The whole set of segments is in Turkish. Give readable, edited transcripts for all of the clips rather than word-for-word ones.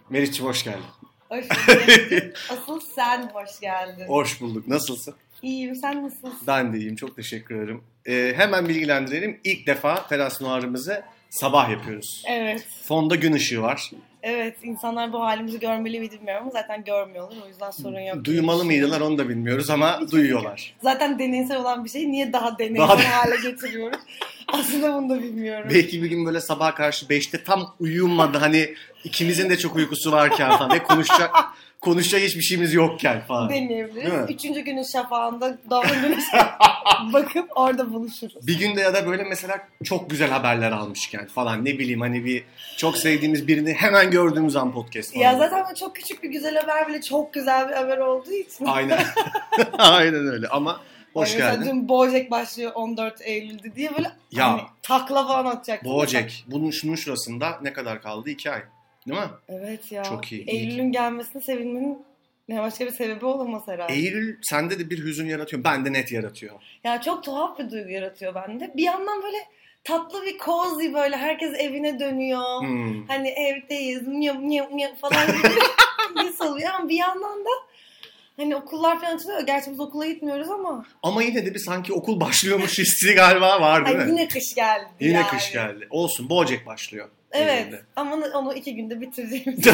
Meriç'ciğim hoş geldin. Hoş bulduk. Asıl sen hoş geldin. Hoş bulduk. Nasılsın? İyiyim, sen nasılsın? Ben de iyiyim. Çok teşekkür ederim. Hemen bilgilendirelim. İlk defa Teras Noir'ımızı sabah yapıyoruz. Evet. Fonda gün ışığı var. Evet, insanlar bu halimizi görmeli mi bilmiyorum ama zaten görmüyorlar. O yüzden sorun yok. Duymalı mıydılar onu da bilmiyoruz ama duyuyorlar. Zaten deneysel olan bir şey niye daha deneysel hale getiriyoruz? Aslında bunu da bilmiyorum. Belki bir gün böyle sabaha karşı 5'te tam uyumadı. Hani ikimizin de çok uykusu varken falan. Ve konuşacak hiçbir şeyimiz yokken falan. Deneyebiliriz. Üçüncü günün şafağında doğan güneşe bakıp orada buluşuruz. Bir günde ya da böyle mesela çok güzel haberler almışken falan ne bileyim hani bir çok sevdiğimiz birini hemen gördüğümüz an podcast falan. Ya zaten çok küçük bir güzel haber bile çok güzel bir haber olduğu için. Aynen. Aynen öyle ama hoş geldin. Mesela dün BoJack başlıyor 14 Eylül'de diye böyle ya, hani takla falan atacaktım. BoJack. Şunun şurasında ne kadar kaldı? 2 ay. Değil mi? Evet ya. Çok iyi. Eylül'ün gelmesine sevinmenin başka bir sebebi olamaz herhalde. Eylül sende de bir hüzün yaratıyor. Bende net yaratıyor. Ya çok tuhaf bir duygu yaratıyor bende. Bir yandan böyle tatlı bir cozy böyle herkes evine dönüyor. Hani evdeyiz falan gibi bir his oluyor. Ama bir yandan da hani okullar falan açılıyor. Gerçi biz okula gitmiyoruz ama. Ama yine de bir sanki okul başlıyormuş hissi galiba var değil mi? Yine kış geldi. Yine kış geldi. Olsun BoJack başlıyor. Evet ama onu 2 günde bitireceğimiz.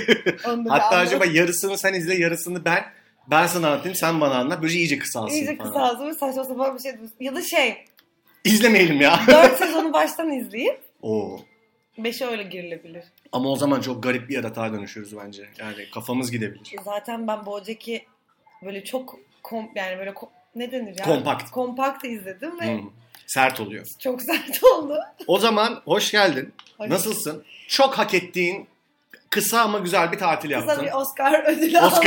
Hatta acaba yarısını sen izle yarısını ben sana anlatayım sen bana anlat. Böyle iyice kısalsın İyice falan. kısalsın ve saçma sapan bir şey. Ya da İzlemeyelim ya. 4 sezonu baştan izleyip Oo. 5'e öyle girilebilir. Ama o zaman çok garip bir yaratığa dönüşürüz bence. Yani kafamız gidebilir. Zaten ben BoJack'i böyle çok yani böyle ne denir ya? Kompakt izledim ve sert oluyor. Çok sert oldu. O zaman hoş geldin. Nasılsın? Çok hak ettiğin kısa ama güzel bir tatil yaptın. Kısa bir Oscar ödülü aldım.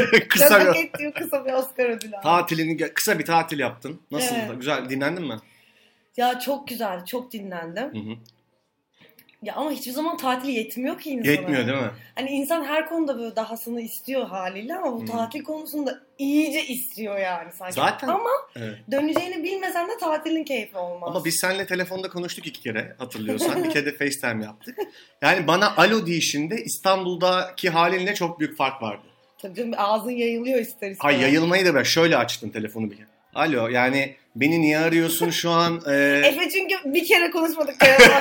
Kısa bir Oscar ödülü aldım. Kısa bir tatil yaptın. Nasıl? Evet. Güzel. Dinlendin mi? Ya çok güzeldi. Çok dinlendim. Hı. Ya ama hiçbir zaman tatil yetmiyor ki insana. Yetmiyor değil mi? Hani insan her konuda böyle dahasını istiyor haliyle ama bu tatil konusunda iyice istiyor yani sanki. Zaten. Ama evet. Döneceğini bilmesen de tatilin keyfi olmaz. Ama biz seninle telefonda konuştuk 2 kere hatırlıyorsan. Bir kere de FaceTime yaptık. Yani bana alo deyişinde İstanbul'daki halinle çok büyük fark vardı. Tabii canım ağzın yayılıyor ister istemez. Hayır yayılmayı da ben şöyle açtım telefonu bir kere. Alo yani beni niye arıyorsun şu an? Efe çünkü bir kere konuşmadık.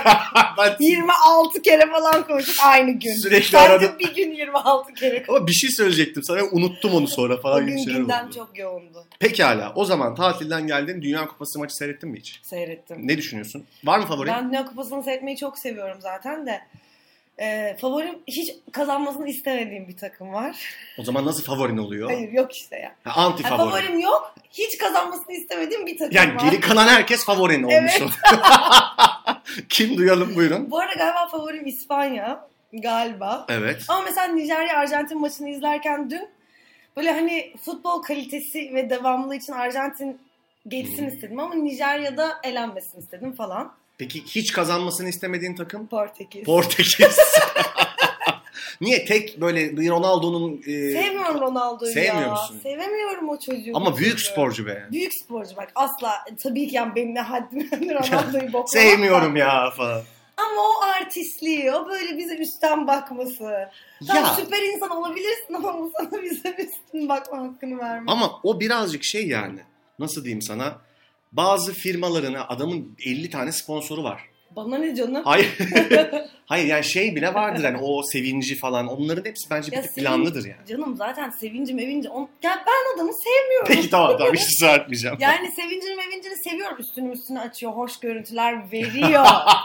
26 kere falan konuştuk aynı gün. Sürekli aradım. Bir gün 26 kere konuştuk. Ama bir şey söyleyecektim sana unuttum onu sonra falan. O gün gündem çok yoğundu. Pekala o zaman tatilden geldin Dünya Kupası maçı seyrettin mi hiç? Seyrettim. Ne düşünüyorsun? Var mı favorin? Ben Dünya Kupası'nı seyretmeyi çok seviyorum zaten de. Favorim hiç kazanmasını istemediğim bir takım var. O zaman nasıl favorin oluyor? Hayır yok işte ya. Anti favorin. Favorim yok. Hiç kazanmasını istemediğim bir takım yani var. Yani geri kalan herkes favorin olmuş. Evet. Kim duyalım buyurun. Bu arada galiba favorim İspanya. Galiba. Evet. Ama mesela Nijerya-Arjantin maçını izlerken dün böyle hani futbol kalitesi ve devamlılığı için Arjantin geçsin istedim ama Nijerya'da elenmesin istedim falan. Peki hiç kazanmasını istemediğin takım? Portekiz. Niye tek böyle Ronaldo'nun... Sevmiyorum Ronaldo'yu Sevmiyor ya. musun? Sevemiyorum o çocuğu. Ama büyük sporcu be. Büyük sporcu bak asla. Tabii ki yani benim ne haddim Ronaldo'yu boklamak. Sevmiyorum ya falan. Ama o artistliği, o böyle bize üstten bakması. Sen süper insan olabilirsin ama bu sana bize üstten bakma hakkını vermez. Ama o birazcık şey yani. Nasıl diyeyim sana? Bazı firmalarına adamın 50 tane sponsoru var. Bana ne canım? Hayır. Hayır yani şey bile vardır hani o sevinci falan. Onların hepsi bence bir tık planlıdır yani. Canım zaten sevinci mevinci. Ya ben adamı sevmiyorum. Peki tamam hiç ısrar etmeyeceğim. Yani sevincini mevincini seviyorum. Üstünü açıyor. Hoş görüntüler veriyor.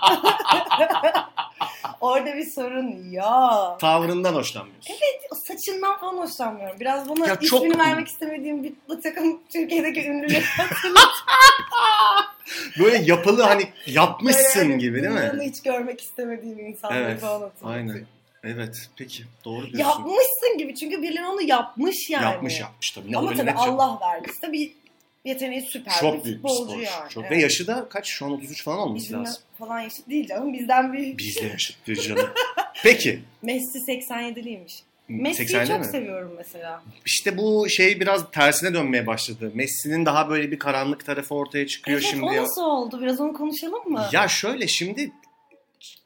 Orada bir sorun yok. Tavrından hoşlanmıyorsun. Evet o saçından falan hoşlanmıyorum. Biraz bana ya ismini vermek istemediğim bir takım Türkiye'deki ünlüleri hatırlatıyor. Böyle yapılı hani yapmışsın böyle, gibi değil mi? Bunu hiç görmek istemediğim insanları falan hatırlatıyor. Aynen. Evet peki doğru diyorsun. Yapmışsın gibi çünkü birileri onu yapmış yani. Yapmış tabii. Ama tabii Allah verdiyse bir yeteneği süper çok bir futbolcu yani. Çok. Evet. Ve yaşı da kaç? Şu an 33 falan olması bizimle lazım. Falan yaşıt değil canım. Bizden büyük. Bizle yaşıttır canım. Peki. Messi 87'liymiş. Messi'yi çok seviyorum mesela. İşte bu şey biraz tersine dönmeye başladı. Messi'nin daha böyle bir karanlık tarafı ortaya çıkıyor şimdi. Evet o nasıl oldu? Biraz onu konuşalım mı? Ya şöyle şimdi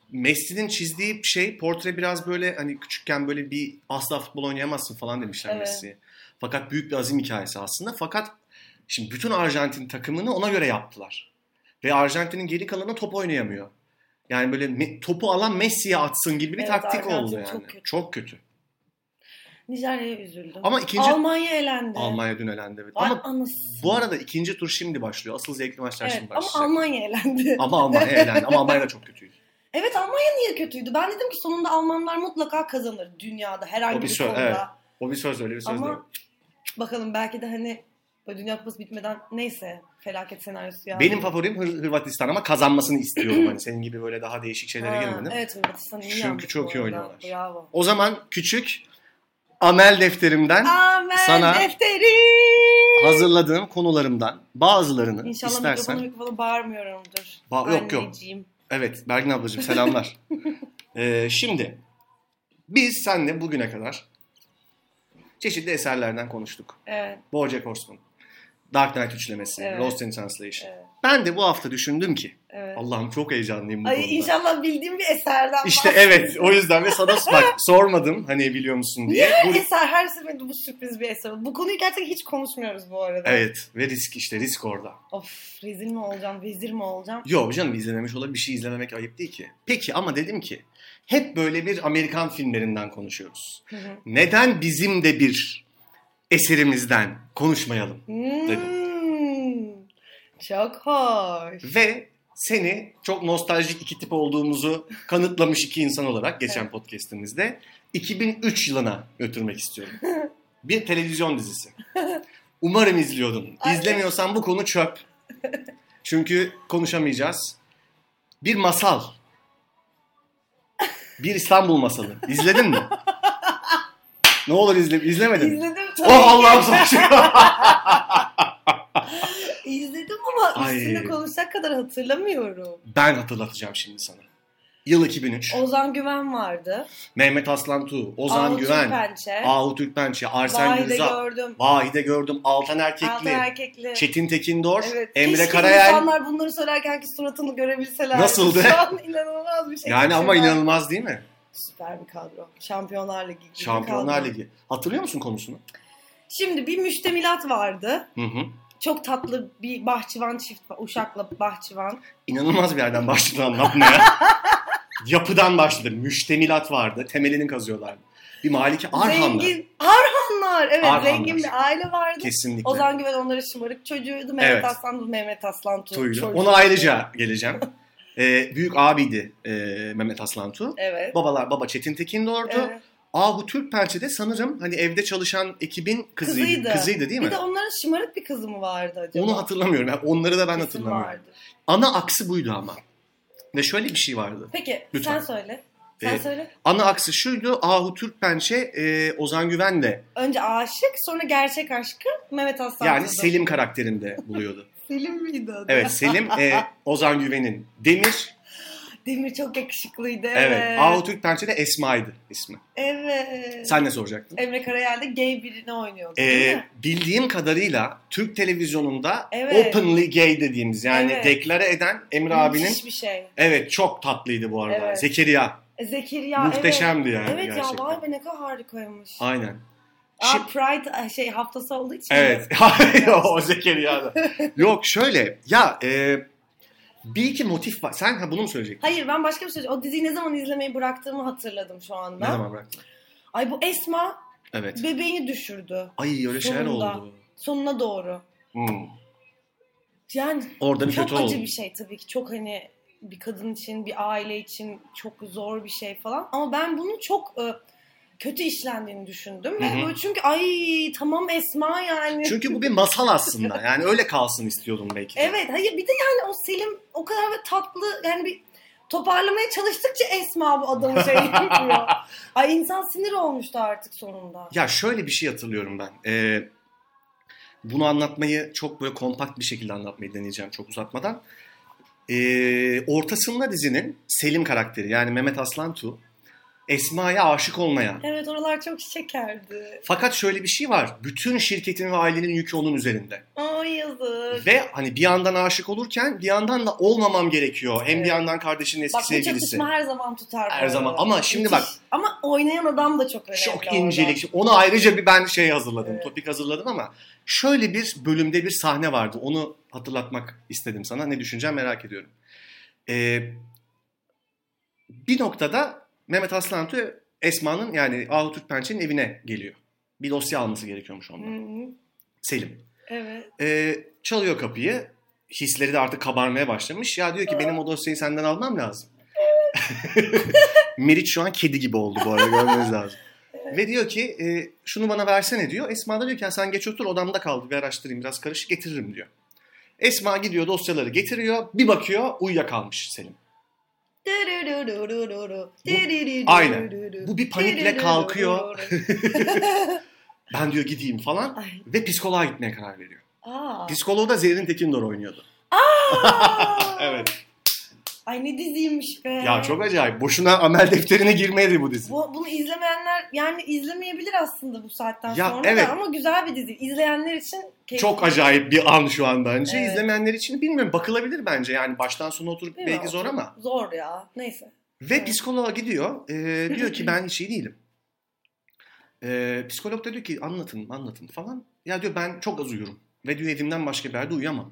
Messi'nin çizdiği portre biraz böyle hani küçükken böyle bir asla futbol oynayamazsın falan demişler Messi'ye. Fakat büyük bir azim hikayesi aslında. Fakat şimdi bütün Arjantin takımını ona göre yaptılar. Ve Arjantin'in geri kalanı top oynayamıyor. Yani böyle topu alan Messi'ye atsın gibi bir taktik oldu yani. Çok kötü. Nijerya'ya üzüldüm. Ama Almanya elendi. Almanya dün elendi, evet. Ama bu arada ikinci tur şimdi başlıyor. Asıl zevkli maçlar şimdi başlıyor. Ama Almanya elendi. Ama Almanya elendi. Ama Almanya da çok kötüydü. Evet, Almanya niye kötüydü? Ben dedim ki sonunda Almanlar mutlaka kazanır dünyada herhangi bir konuda. Evet. O bir söz, öyle bir söz. Ama bakalım belki de hani Dünya Kupası bitmeden neyse felaket senaryosu ya. Benim favorim Hırvatistan ama kazanmasını istiyorum. Hani senin gibi böyle daha değişik şeylere girmedim. Evet, Hırvatistan iyi. Çünkü çok iyi oynuyorlar. Bravo. O zaman küçük amel defterimden sana hazırladığım konularımdan bazılarını İnşallah istersen. mikrofonu bağırmıyorumdur. Yok. Evet, Bergin ablacığım selamlar. Şimdi biz seninle bugüne kadar çeşitli eserlerden konuştuk. Evet. BoJack Horseman, Dark Knight üçlemesi, evet. Lost in Translation. Evet. Ben de bu hafta düşündüm ki, Allah'ım çok heyecanlıyım bu konuda. İnşallah bildiğim bir eserden İşte evet, o yüzden ve sana sormadım hani biliyor musun diye. Eser her seferinde bu sürpriz bir eser. Bu konuyu gerçekten hiç konuşmuyoruz bu arada. Evet ve risk orada. Of, rezil mi olacağım, vezir mi olacağım? Yok canım, izlememiş olabilir, bir şey izlememek ayıp değil ki. Peki ama dedim ki hep böyle bir Amerikan filmlerinden konuşuyoruz. Neden bizim de bir eserimizden konuşmayalım dedim. Çok hoş. Ve seni çok nostaljik iki tip olduğumuzu kanıtlamış iki insan olarak geçen podcast'imizde 2003 yılına götürmek istiyorum. Bir televizyon dizisi. Umarım izliyordun. İzlemiyorsan bu konu çöp. Çünkü konuşamayacağız. Bir masal. Bir İstanbul masalı. İzledin mi? Ne olur izlemedin. İzledim tabii. Oh Allah'ım sana. İzledim ama üstüne konuşacak kadar hatırlamıyorum. Ben hatırlatacağım şimdi sana. Yıl 2003. Ozan Güven vardı. Mehmet Aslan Tuğ, Ozan Güven, Ahu Türkpençe, Arsen Gürzap, Vahide Gördüm, Altan Erkekli, Çetin Tekindor, evet. Emre Karayel. İnsanlar bunları söylerken ki suratını görebilseler. Nasıldı? Şu an inanılmaz bir şey. Yani ama inanılmaz değil mi? Süper bir kadro. Şampiyonlar Ligi. Şampiyonlar Ligi. Hatırlıyor musun konusunu? Şimdi bir müştemilat vardı. Hı. Çok tatlı bir bahçıvan çift var. Uşak'la bahçıvan. İnanılmaz bir yerden başladı anlatmaya. Yapıdan başladı. Müştemilat vardı. Temelini kazıyorlardı. Bir malike Arhanlar. Arhanlar. Evet, Arhanlar. Zengin bir aile vardı. Kesinlikle. Ozan Güven onların şımarık çocuğuydu. Mehmet Aslan Tuğ. Ona ayrıca geleceğim. Büyük abiydi Mehmet Aslan Tuğ. Evet. Baba Çetin Tekindor'du. Evet. Ahu Türkpençe de sanırım hani evde çalışan ekibin kızıydı değil mi? Bir de onların şımarık bir kızı mı vardı acaba? Onu hatırlamıyorum. Yani onları da ben hatırlamıyorum. Vardı. Ana aksı buydu ama. Ve şöyle bir şey vardı. Peki lütfen. Sen söyle. Ana aksı şuydu. Ahu Türkpençe Ozan Güven de. Önce aşık, sonra gerçek aşkı Mehmet Aslan. Yani Selim karakterinde buluyordu. Selim miydi adı? Evet, Selim Ozan Güven'in Demir çok yakışıklıydı. Evet. Ahu Türkpençe de Esma'ydı ismi. Evet. Sen ne soracaktın? Emre Karayel de gay birini oynuyordu değil mi? Bildiğim kadarıyla Türk televizyonunda openly gay dediğimiz yani deklare eden Emre abinin. Müthiş bir şey. Evet, çok tatlıydı bu arada. Evet. Zekeriya. Muhteşemdi yani evet gerçekten. Evet ya, vay be ne kadar harikaymış. Aynen. Pride haftası olduğu için. Evet. O Zekeriya'da. Yok şöyle ya bir iki motif var. Sen bunu mu söyleyecektin? Hayır, ben başka bir şey söyleyeceğim. O diziyi ne zaman izlemeyi bıraktığımı hatırladım şu anda. Ne zaman bıraktın? Ay bu Esma evet. bebeğini düşürdü. Ay öyle şeyler oldu. Sonuna doğru. Yani orada bir çok kötü acı oldu. Bir şey tabii ki. Çok hani bir kadın için, bir aile için çok zor bir şey falan. Ama ben bunun çok kötü işlendiğini düşündüm. Ve böyle çünkü tamam Esma yani. Çünkü bu bir masal aslında. Yani öyle kalsın istiyordum belki de. Evet. Hayır bir de yani o Selim o kadar tatlı yani bir toparlamaya çalıştıkça Esma bu adamı yapıyor. Ay insan sinir olmuştu artık sonunda. Ya şöyle bir şey hatırlıyorum ben. Bunu anlatmayı çok böyle kompakt bir şekilde anlatmayı deneyeceğim çok uzatmadan. Ortasında dizinin Selim karakteri yani Mehmet Aslan Tuğ Esma'ya aşık olmaya. Evet, oralar çok şekerdi. Fakat şöyle bir şey var. Bütün şirketin ve ailenin yükü onun üzerinde. Ay yazık. Ve hani bir yandan aşık olurken bir yandan da olmamam gerekiyor. Hem bir yandan kardeşinin eski bak, sevgilisi. Bak bu çatışma her zaman tutar. Her zaman. Ama şimdi bak. Ama oynayan adam da çok önemli. Çok incelik. Onu ayrıca bir ben hazırladım. Evet. Topik hazırladım ama şöyle bir bölümde bir sahne vardı. Onu hatırlatmak istedim sana. Ne düşüneceğim merak ediyorum. Bir noktada Mehmet Aslantu Esma'nın yani Ahu Türkpençe'nin evine geliyor. Bir dosya alması gerekiyormuş ondan. Hı-hı. Selim. Evet. Çalıyor kapıyı. Hisleri de artık kabarmaya başlamış. Ya diyor ki benim o dosyayı senden almam lazım. Meriç şu an kedi gibi oldu bu arada, görmeniz lazım. Ve diyor ki şunu bana versene diyor. Esma da diyor ki sen geç otur, odamda kaldı, bir araştırayım, biraz karışık, getiririm diyor. Esma gidiyor dosyaları getiriyor. Bir bakıyor uyuyakalmış Selim. Aynen. Bu bir panikle kalkıyor. Ben diyor gideyim falan. Ay. Ve psikoloğa gitmeye karar veriyor. Psikoloğu da Zerrin Tekindor oynuyordu. Evet. Ay ne diziymiş be. Ya çok acayip. Boşuna amel defterine girmedi bu dizi. Bunu izlemeyenler yani izlemeyebilir aslında bu saatten sonra evet. da, ama güzel bir dizi. İzleyenler için keyifli. Çok acayip bir an şu an bence. Evet. İzlemeyenler için bilmiyorum, bakılabilir bence. Yani baştan sona oturup değil belki zor ama. Zor ya. Neyse. Ve psikoloğa gidiyor. Diyor ki ben hiç iyi değilim. Psikolog da diyor ki anlatın falan. Ya diyor ben çok az uyurum. Ve diyor evimden başka bir yerde uyuyamam.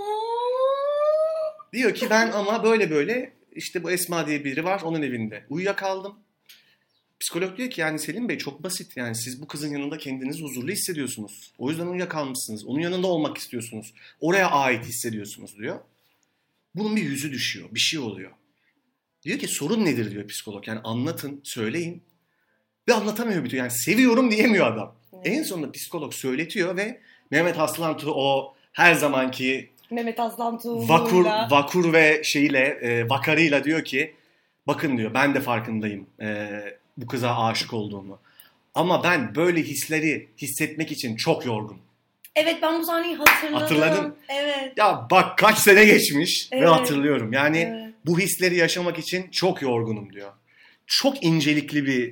Diyor ki ben ama böyle işte bu Esma diye biri var, onun evinde uyuyakaldım. Psikolog diyor ki yani Selim Bey çok basit, yani siz bu kızın yanında kendinizi huzurlu hissediyorsunuz. O yüzden uyuyakalmışsınız. Onun yanında olmak istiyorsunuz. Oraya ait hissediyorsunuz diyor. Bunun bir yüzü düşüyor, bir şey oluyor. Diyor ki sorun nedir diyor psikolog. Yani anlatın, söyleyin. Ve anlatamıyor bir türlü. Yani seviyorum diyemiyor adam. En sonunda psikolog söyletiyor ve Mehmet Aslantu o her zamanki Mehmet Aslantu vakur ve vakarıyla diyor ki bakın diyor ben de farkındayım bu kıza aşık olduğumu. Ama ben böyle hisleri hissetmek için çok yorgun. Evet, ben bu sahneyi hatırladım. Hatırladın? Evet. Ya bak kaç sene geçmiş ve hatırlıyorum. Yani bu hisleri yaşamak için çok yorgunum diyor. Çok incelikli bir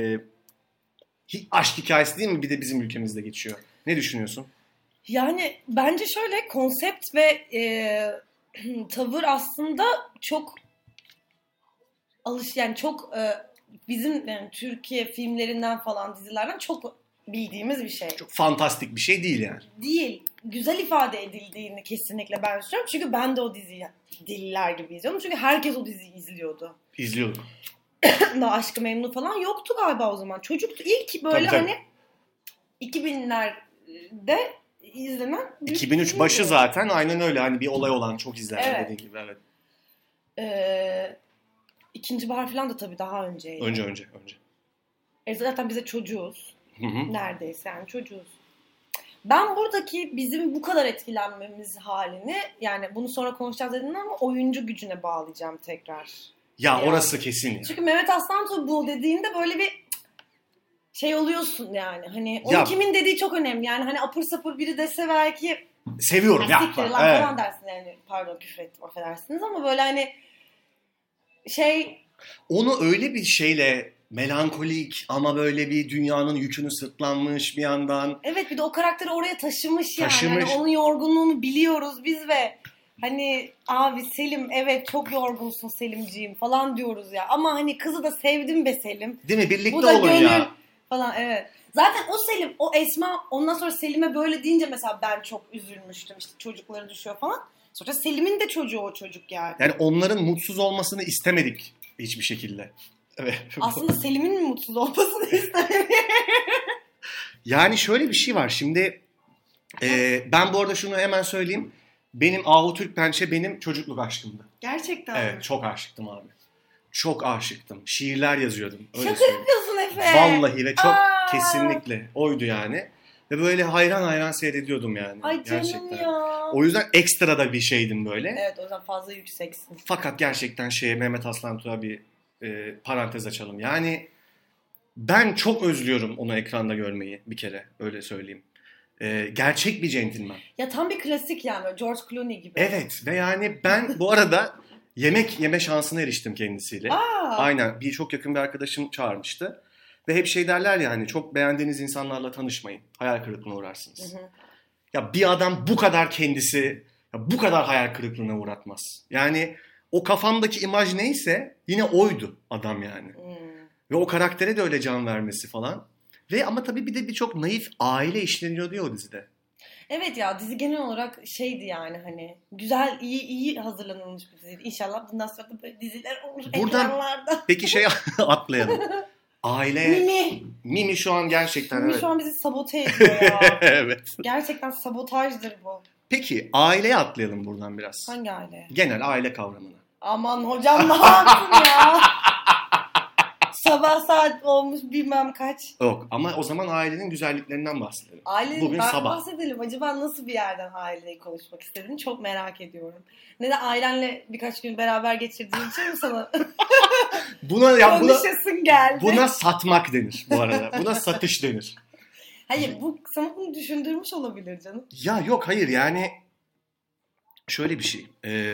aşk hikayesi değil mi? Bir de bizim ülkemizde geçiyor. Ne düşünüyorsun? Yani bence şöyle konsept ve tavır aslında çok çok bizim yani Türkiye filmlerinden falan, dizilerden çok bildiğimiz bir şey. Çok fantastik bir şey değil yani. Değil. Güzel ifade edildiğini kesinlikle ben düşünüyorum. Çünkü ben de o diziyi deliler gibi izliyordum. Çünkü herkes o diziyi izliyordu. İzliyorduk. Daha Aşk-ı Memnu falan yoktu galiba o zaman. Çocuktu. İlk böyle tabii. Hani 2000'lerde izlenen. 2003 başı zaten aynen öyle. Hani bir olay olan çok izlenen dediğin gibi. Evet. İkinci Bahar falan da tabii daha önceydi. Önce. Zaten bize çocuğuz. Hı-hı. Neredeyse yani çocuğuz. Ben buradaki bizim bu kadar etkilenmemiz halini, yani bunu sonra konuşacağız dedim ama oyuncu gücüne bağlayacağım tekrar. Ya yani. Orası kesin. Çünkü Mehmet Aslantu bu dediğinde böyle bir oluyorsun yani. Hani onun kimin dediği çok önemli. Yani hani apır sapır biri dese belki seviyorum ya. Siktir lan falan dersin yani. Pardon küfür ettim, affedersiniz ama böyle hani onu öyle bir şeyle melankolik ama böyle bir dünyanın yükünü sırtlanmış bir yandan. Evet, bir de o karakteri oraya taşımış. Yani. Hani onun yorgunluğunu biliyoruz biz ve hani abi Selim evet çok yorgunsun Selimciğim falan diyoruz ya. Ama hani kızı da sevdim be Selim. Değil mi? Birlikte bu da olun gönül ya. Falan evet. Zaten o Selim, o Esma ondan sonra Selim'e böyle deyince mesela ben çok üzülmüştüm. İşte çocukları düşüyor falan. Sonra Selim'in de çocuğu o çocuk yani. Yani onların mutsuz olmasını istemedik hiçbir şekilde. Evet. Aslında Selim'in mi mutsuz olmasını istemedik? Yani şöyle bir şey var. Şimdi ben bu arada şunu hemen söyleyeyim. Benim Ahu Türkpençe benim çocukluk aşkımdı. Gerçekten Evet, çok aşıktım abi. Çok aşıktım. Şiirler yazıyordum. Öyle şaka yapıyorsun Efe. Vallahi ve çok kesinlikle oydu yani. Ve böyle hayran seyrediyordum yani. Ay canım gerçekten. Ya. O yüzden ekstra da bir şeydim böyle. Evet, o yüzden fazla yükseksin. Fakat gerçekten Mehmet Aslantu'ya bir parantez açalım. Yani ben çok özlüyorum onu ekranda görmeyi, bir kere öyle söyleyeyim. Gerçek bir centilmen. Ya tam bir klasik yani, George Clooney gibi. Evet ve yani ben bu arada Yemek yeme şansına eriştim kendisiyle. Aynen. Çok yakın bir arkadaşım çağırmıştı. Ve hep şey derler ya hani çok beğendiğiniz insanlarla tanışmayın. Hayal kırıklığına uğrarsınız. Hı hı. Ya bir adam bu kadar kendisi bu kadar hayal kırıklığına uğratmaz. Yani o kafamdaki imaj neyse yine oydu adam yani. Ve o karaktere de öyle can vermesi falan. Ve ama tabii bir de birçok naif aile işleniyor diyor o dizide. Evet ya dizi genel olarak şeydi yani hani güzel iyi hazırlanılmış bir diziydi. İnşallah bundan sonra da böyle diziler olur ekranlarda. Peki şey atlayalım. Aile. Mimi şu an gerçekten Mimi şu an bizi sabote ediyor ya. Evet. Gerçekten sabotajdır bu. Peki aileye atlayalım buradan biraz. Hangi aile? Genel aile kavramına. Aman hocam ne yaptın ya? Sabah saat olmuş bilmem kaç. Yok ama o zaman ailenin güzelliklerinden bahsedelim. Bugün sabah. Bahsedelim. Acaba nasıl bir yerden aileyi konuşmak istediğini çok merak ediyorum. Ne de ailenle birkaç gün beraber geçirdiğin için mi sana konuşasın geldi? Buna satmak denir bu arada. Buna satış denir. Hayır bu sana bunu düşündürmüş olabilir canım. Ya yok hayır yani şöyle bir şey.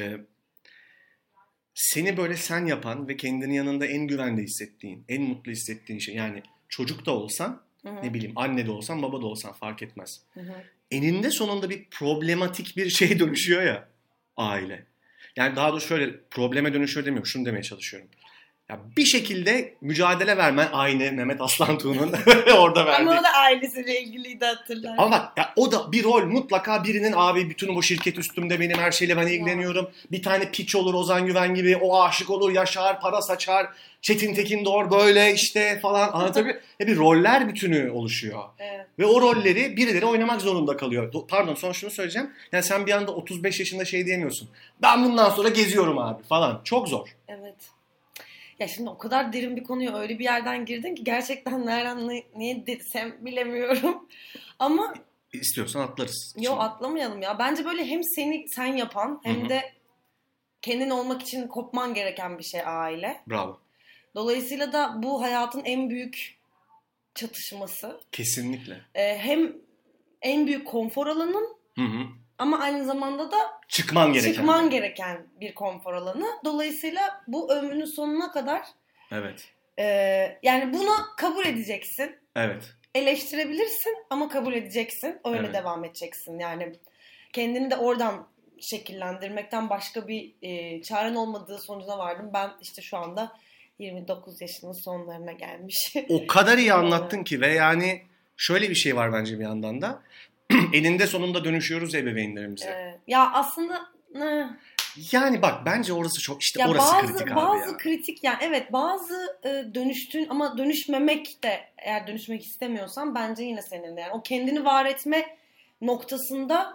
Seni böyle sen yapan ve kendini yanında en güvende hissettiğin, en mutlu hissettiğin şey. Yani çocuk da olsan, Hı-hı. ne bileyim anne de olsan, baba da olsan fark etmez. Hı-hı. Eninde sonunda bir problematik bir şey dönüşüyor ya aile. Yani daha doğrusu şöyle probleme dönüşüyor demiyorum. Şunu demeye çalışıyorum. Ya bir şekilde mücadele vermen aynı Mehmet Aslantuğ'un orada verdiği. Ama o da ailesiyle ilgiliydi hatırlar. Ama bak ya o da bir rol mutlaka birinin abi bütün bu şirket üstümde benim her şeyle ben ilgileniyorum. Bir tane piç olur Ozan Güven gibi o aşık olur yaşar para saçar. Çetin Tekin Doğru böyle işte falan anlatabiliyor. Bir roller bütünü oluşuyor. Evet. Ve o rolleri birileri oynamak zorunda kalıyor. Pardon son şunu söyleyeceğim. Yani sen bir anda 35 yaşında şey diyemiyorsun. Ben bundan sonra geziyorum abi falan. Çok zor. Evet. Ya şimdi o kadar derin bir konuya öyle bir yerden girdin ki gerçekten nereden niye desem bilemiyorum. Ama istiyorsan atlarız. Yok atlamayalım ya. Bence böyle hem seni sen yapan hem Hı-hı. de kendin olmak için kopman gereken bir şey aile. Bravo. Dolayısıyla da bu hayatın en büyük çatışması. Kesinlikle. Hem en büyük konfor alanın Hı-hı. ama aynı zamanda da çıkman gereken bir konfor alanı. Dolayısıyla bu ömrünün sonuna kadar evet. Yani bunu kabul edeceksin. Evet. Eleştirebilirsin ama kabul edeceksin. Öyle devam edeceksin. Yani kendini de oradan şekillendirmekten başka bir çaren olmadığı sonucuna vardım. Ben işte şu anda 29 yaşının sonlarına gelmiş. O kadar iyi anlattın ki ve yani şöyle bir şey var bence bir yandan da. Eninde sonunda dönüşüyoruz ebeveynlerimize. Ya aslında yani bak bence orası çok işte orası kritik abi bazı ya. kritik yani evet bazı dönüştün ama dönüşmemek de eğer dönüşmek istemiyorsan bence yine senin de yani o kendini var etme noktasında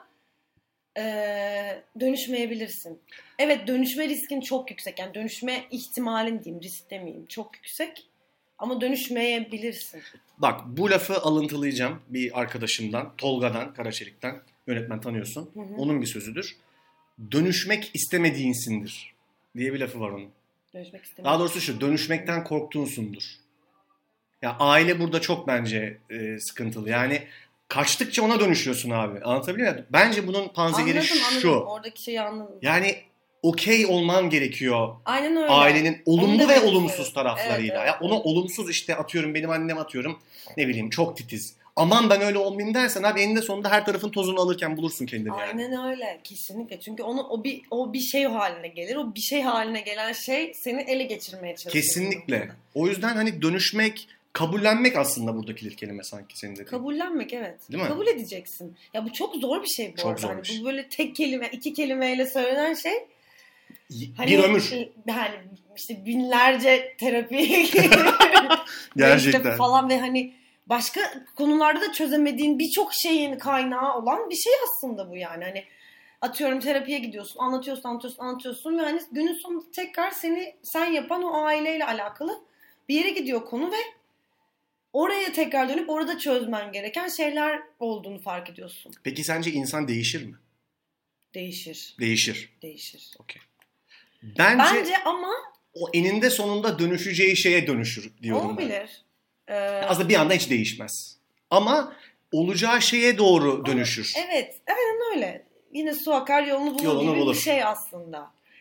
dönüşmeyebilirsin. Evet dönüşme riskin çok yüksek yani dönüşme ihtimalin diyeyim risk demeyeyim çok yüksek. Ama dönüşmeyebilirsin. Bak bu lafı alıntılayacağım bir arkadaşımdan, Tolga'dan, Karaçelik'ten. Yönetmen tanıyorsun. Hı hı. Onun bir sözüdür. Dönüşmek istemediğinsindir diye bir lafı var onun. Dönüşmek istemediğin. Daha doğrusu şu, dönüşmekten korktuğunsundur. Ya aile burada çok bence sıkıntılı. Yani kaçtıkça ona dönüşüyorsun abi. Anlatabiliyor muyum? Bence bunun panzehiri şu. Anladım. Oradaki şeyi anladım. Yani okey olman gerekiyor. Aynen öyle. Ailenin olumlu ve olumsuz taraflarıyla. Evet. Ya ona olumsuz işte atıyorum benim annem atıyorum ne bileyim çok titiz. Aman ben öyle olmayayım dersen abi eninde sonunda her tarafın tozunu alırken bulursun kendini yani. Aynen öyle kesinlikle. Çünkü o bir şey haline gelir. O bir şey haline gelen şey seni ele geçirmeye çalışır. Kesinlikle. O yüzden hani dönüşmek, kabullenmek aslında buradaki kelime sanki senin dediğin. Kabullenmek evet. Değil mi? Kabul edeceksin. Ya bu çok zor bir şey bu çok arada. Zor bir şey. Bu böyle tek kelime, iki kelimeyle söylenen şey. Hani, bir ömür. Yani işte binlerce terapi gerçekten işte falan ve hani başka konularda da çözemediğin birçok şeyin kaynağı olan bir şey aslında bu yani. Hani atıyorum terapiye gidiyorsun, anlatıyorsun ve hani günün sonunda tekrar sen yapan o aileyle alakalı bir yere gidiyor konu ve oraya tekrar dönüp orada çözmen gereken şeyler olduğunu fark ediyorsun. Peki sence insan değişir mi? Değişir. Değişir. Okey. Bence ama o eninde sonunda dönüşeceği şeye dönüşür diyorum olabilir. Aslında bir anda hiç değişmez. Ama olacağı şeye doğru dönüşür. Evet, aynen öyle. Yine su akar yolunu bulur gibi bir şey aslında.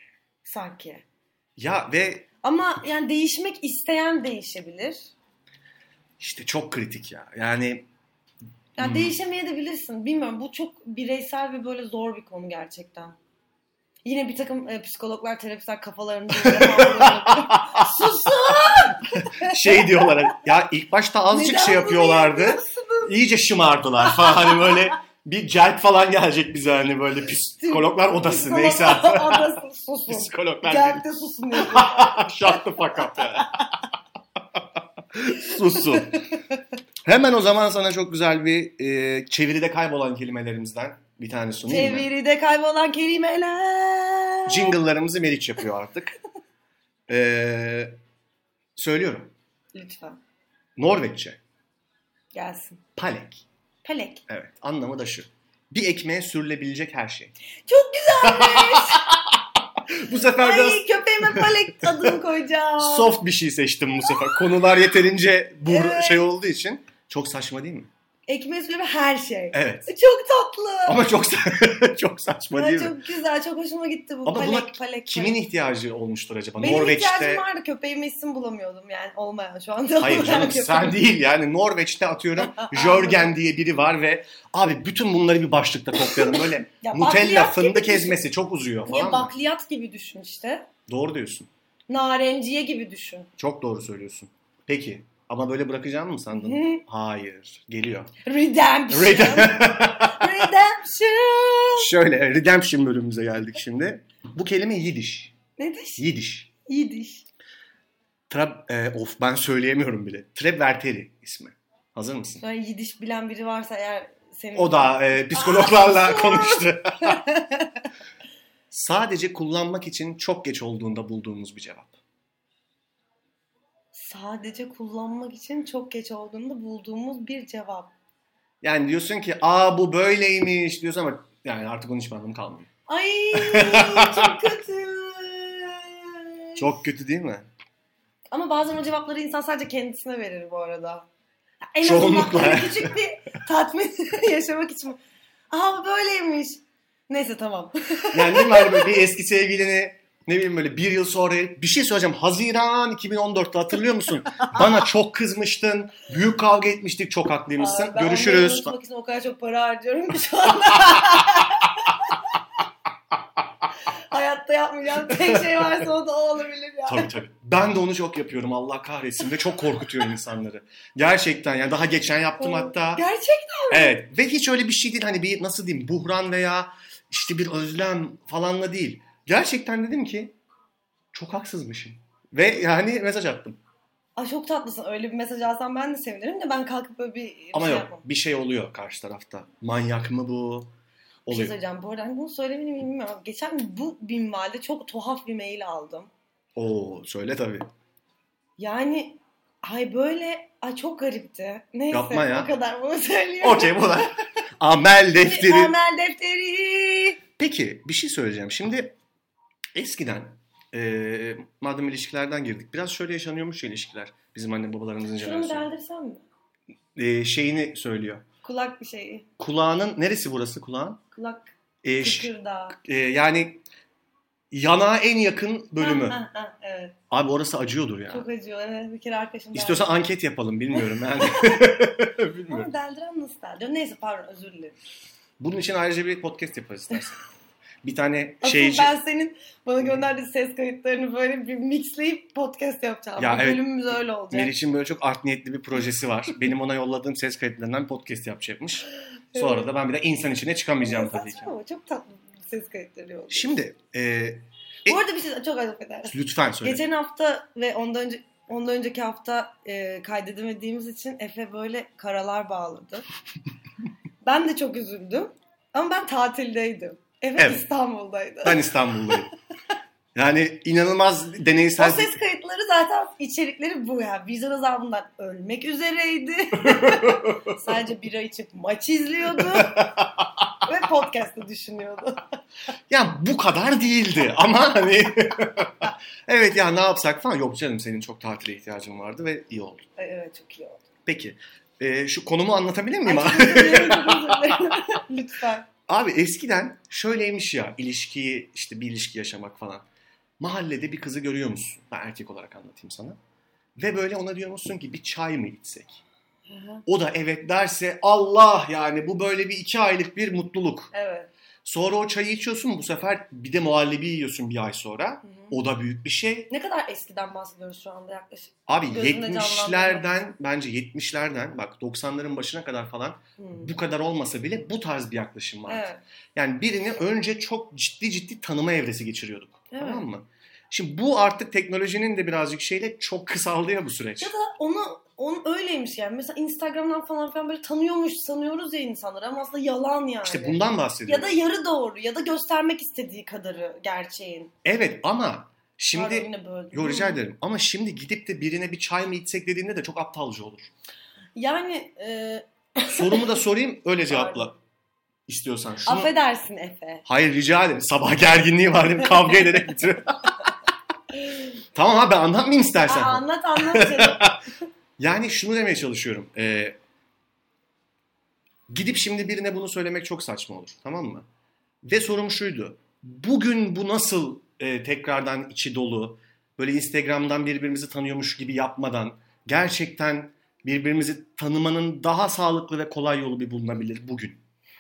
sanki. Ya ve ama yani değişmek isteyen değişebilir. İşte çok kritik ya. Yani değişemeyebilirsin. Bilmiyorum. Bu çok bireysel ve böyle zor bir konu gerçekten. Yine bir takım psikologlar, terapistler kafalarını susun! Diyorlar ya ilk başta azıcık neden yapıyorlardı. İyice şımardılar falan. Hani böyle bir celp falan gelecek bize hani böyle psikologlar odası neyse. Odası susun. Psikologlar Celp'te susun. Shut the fuck up ya. Susun. Hemen o zaman sana çok güzel bir çeviride kaybolan kelimelerimizden bir tane sunayım mı? Çeviride kaybolan kelimeler. Jingle'larımızı Meriç yapıyor artık. Söylüyorum. Lütfen. Norveççe. Gelsin. Palek. Palek. Evet. Anlamı da şu. Bir ekmeğe sürülebilecek her şey. Çok güzelmiş. Bu sefer biraz köpeğime Palek adını koyacağım. soft bir şey seçtim bu sefer. Konular yeterince şey olduğu için. Çok saçma değil mi? Ekmeği sürüme her şey. Evet. Çok tatlı. Ama çok saçma değil mi? Çok güzel. Çok hoşuma gitti bu. Ama palek. Kimin ihtiyacı olmuştur acaba? Benim Norveç'te... ihtiyacım vardı. Köpeğime isim bulamıyordum yani. Olmayan şu anda. Hayır canım sen değil yani. Norveç'te atıyorum Jörgen diye biri var ve abi bütün bunları bir başlıkta toplayalım. Böyle Nutella fındık ezmesi çok uzuyor falan. Niye bakliyat gibi düşün işte. Doğru diyorsun. Narenciye gibi düşün. Çok doğru söylüyorsun. Peki ama böyle bırakacağım mı sandın? Hı. Hayır. Geliyor. Redemption. Şöyle Redemption bölümümüze geldik şimdi. Bu kelime Yidiş. Nedir? Yidiş. Ben söyleyemiyorum bile. Trebverteri ismi. Hazır mısın? Sonra Yidiş bilen biri varsa eğer senin... O da psikologlarla konuştu. Sadece kullanmak için çok geç olduğunda bulduğumuz bir cevap. Sadece kullanmak için çok geç olduğunda bulduğumuz bir cevap. Yani diyorsun ki bu böyleymiş diyorsun ama yani artık onun hiçbir anlamı kalmıyor. Ay çok kötü. Çok kötü değil mi? Ama bazen o cevapları insan sadece kendisine verir bu arada. Çoğunlukla. En azından küçük bir tatmin yaşamak için. Böyleymiş. Neyse tamam. Yani değil mi hani bir eski sevgilini ne bileyim böyle bir yıl sonra bir şey söyleyeceğim. Haziran 2014'te hatırlıyor musun? Bana çok kızmıştın. Büyük kavga etmiştik. Çok haklıymışsın. Görüşürüz. Ben unutmak için o kadar çok para harcıyorum ki şu anda. Hayatta yapmayacağım tek şey varsa o da o olabilir yani. Tabii. Ben de onu çok yapıyorum Allah kahretsin ve çok korkutuyor insanları. Gerçekten yani daha geçen yaptım hatta. Gerçekten mi? Evet ve hiç öyle bir şey değil hani bir nasıl diyeyim buhran veya işte bir özlem falanla değil. Gerçekten dedim ki çok haksızmışım ve yani mesaj attım. Çok tatlısın. Öyle bir mesaj alsam ben de sevinirim de ben kalkıp böyle bir ama şey yok yapmam. Bir şey oluyor karşı tarafta. Manyak mı bu? Oluyor. Bir şey söyleyeceğim. Bu arada hani bunu söylemeni bilmiyorum. Geçen bu minvalde çok tuhaf bir mail aldım. Söyle tabii. Yani böyle çok garipti. Neyse Yapma ya. o kadar bunu söylüyorum. Okey bu da. Amel defteri. Amel defteri. Peki bir şey söyleyeceğim. Şimdi eskiden madem ilişkilerden girdik. Biraz şöyle yaşanıyormuş ilişkiler. Bizim anne babalarımızın jenerasyonu. Şunu deldirsem mi? Şeyini söylüyor. Kulak bir şeyi. Kulağının neresi burası kulağın? Kulak kıkırdağı. Yani yanağa en yakın bölümü. Evet. Abi orası acıyordur ya. Çok acıyor. Evet bir kere arkadaşım İstiyorsan anket yapalım bilmiyorum yani. Bilmiyorum. Ama deldiren nasıl deldiriyor? Neyse pardon özür dilerim. Bunun için ayrıca bir podcast yaparız istersen. Bir tane şeyci. Ben senin bana gönderdiğin ses kayıtlarını böyle bir mixleyip podcast yapacağım. Ya evet, bölümümüz öyle olacak. Meriç'in böyle çok art niyetli bir projesi var. Benim ona yolladığım ses kayıtlarından bir podcast yapacakmış. Sonra da ben bir de insan içine çıkamayacağım tabii ki. Ama çok tatlı ses kayıtları oldu. Şimdi bu arada bir şey çok affedersin. Lütfen söyle. Geçen hafta ve ondan önceki hafta kaydedemediğimiz için Efe böyle karalar bağladı. Ben de çok üzüldüm. Ama ben tatildeydim. Efe İstanbul'daydı. Ben İstanbul'dayım. Yani inanılmaz deneysel. O ses kayıtları zaten içerikleri bu ya. Vicdan azabından ölmek üzereydi. Sadece bira içip maç izliyordu. Ve podcast'ı düşünüyordu. Ya bu kadar değildi ama hani evet ya ne yapsak falan. Yok canım senin çok tatile ihtiyacın vardı ve iyi oldu. Evet çok iyi oldu. Peki şu konumu anlatabilir miyim? Çok özür dilerim. Lütfen. Abi eskiden şöyleymiş ya ilişkiyi işte bir ilişki yaşamak falan. Mahallede bir kızı görüyor musun? Ben erkek olarak anlatayım sana. Ve böyle ona diyor musun ki bir çay mı içsek? O da evet derse Allah, yani bu böyle bir 2 aylık bir mutluluk. Evet. Sonra o çayı içiyorsun, bu sefer bir de muhallebi yiyorsun bir ay sonra. O da büyük bir şey. Ne kadar eskiden bahsediyoruz şu anda yaklaşık? Abi 70'lerden, bence 70'lerden bak 90'ların başına kadar falan bu kadar olmasa bile bu tarz bir yaklaşım vardı. Evet. Yani birini önce çok ciddi tanıma evresi geçiriyorduk. Evet. Tamam mı? Şimdi bu artık teknolojinin de birazcık şeyle çok kısaldı ya bu süreç. Ya da onu öyleymiş yani. Mesela Instagram'dan falan böyle tanıyormuş sanıyoruz ya insanları ama aslında yalan yani. İşte bundan bahsediyorum. Ya da yarı doğru ya da göstermek istediği kadarı gerçeğin. Evet ama şimdi rica ederim. Ama şimdi gidip de birine bir çay mı içsek dediğinde de çok aptalca olur. Yani sorumu da sorayım öyle cevapla. İstiyorsan şunu. Affedersin Efe. Hayır rica ederim. Sabah gerginliği var değil mi? Kavga ederek bitiriyor. Tamam abi ben anlatmayayım istersen. Anlat canım. Yani şunu demeye çalışıyorum. Gidip şimdi birine bunu söylemek çok saçma olur. Tamam mı? Ve sorum şuydu. Bugün bu nasıl tekrardan içi dolu, böyle Instagram'dan birbirimizi tanıyormuş gibi yapmadan gerçekten birbirimizi tanımanın daha sağlıklı ve kolay yolu bir bulunabilir bugün?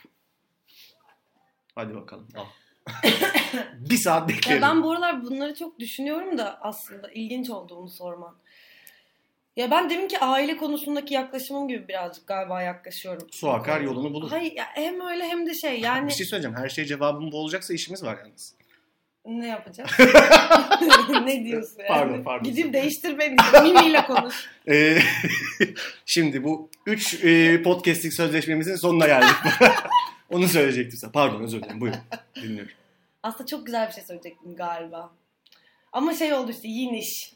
Hadi bakalım. Al. Bir saat bekleyelim. Ya ben bu aralar bunları çok düşünüyorum da aslında ilginç olduğunu sorman. Ya ben deminki aile konusundaki yaklaşımım gibi birazcık galiba yaklaşıyorum. Su akar yolunu bulur. Hayır ya hem öyle hem de şey yani. Bir şey söyleyeceğim. Her şeye cevabım bu olacaksa işimiz var yalnız. Ne yapacağız? Ne diyorsun yani? Pardon. Gidip değiştir beni. Mimiyle konuş. Şimdi bu 3 podcast'lik sözleşmemizin sonuna geldik. Onu söyleyecektim sana. Pardon özür dilerim. Buyurun. Dinliyorum. Aslında çok güzel bir şey söyleyecektim galiba. Ama şey oldu işte yiniş.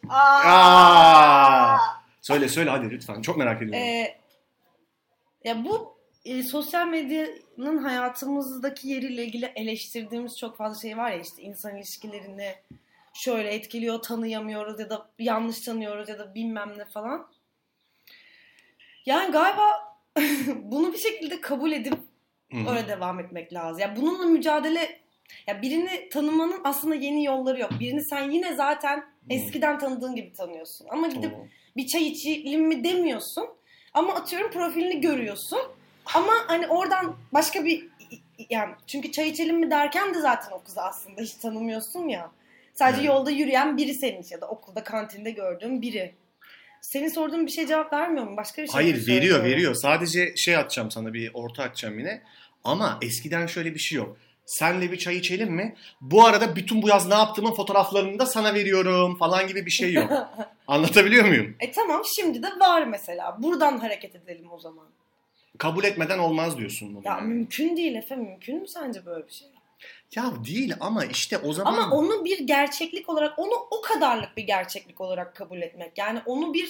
Söyle hadi lütfen. Çok merak ediyorum. Ya bu sosyal medyanın hayatımızdaki yeriyle ilgili eleştirdiğimiz çok fazla şey var ya işte insan ilişkilerini şöyle etkiliyor, tanıyamıyoruz ya da yanlış tanıyoruz ya da bilmem ne falan. Yani galiba bunu bir şekilde kabul edip öyle devam etmek lazım. Yani bununla mücadele, ya birini tanımanın aslında yeni yolları yok. Birini sen yine zaten eskiden tanıdığın gibi tanıyorsun. Ama gidip bir çay içelim mi demiyorsun. Ama atıyorum profilini görüyorsun. Ama hani oradan başka bir yani çünkü çay içelim mi derken de zaten o kızı aslında hiç tanımıyorsun ya. Sadece yolda yürüyen biri senin ya da okulda kantinde gördüğün biri. Senin sorduğun bir şey cevap vermiyor mu? Başka bir şey Hayır veriyor. Sadece şey atacağım sana, bir orta atacağım yine. Ama eskiden şöyle bir şey yok. Senle bir çay içelim mi? Bu arada bütün bu yaz ne yaptığımın fotoğraflarını da sana veriyorum falan gibi bir şey yok. Anlatabiliyor muyum? Tamam şimdi de var mesela. Buradan hareket edelim o zaman. Kabul etmeden olmaz diyorsun bunu. Ya yani. Mümkün değil Efe. Mümkün mü sence böyle bir şey? Ya değil ama işte o zaman... Ama onu bir gerçeklik olarak, onu o kadarlık bir gerçeklik olarak kabul etmek. Yani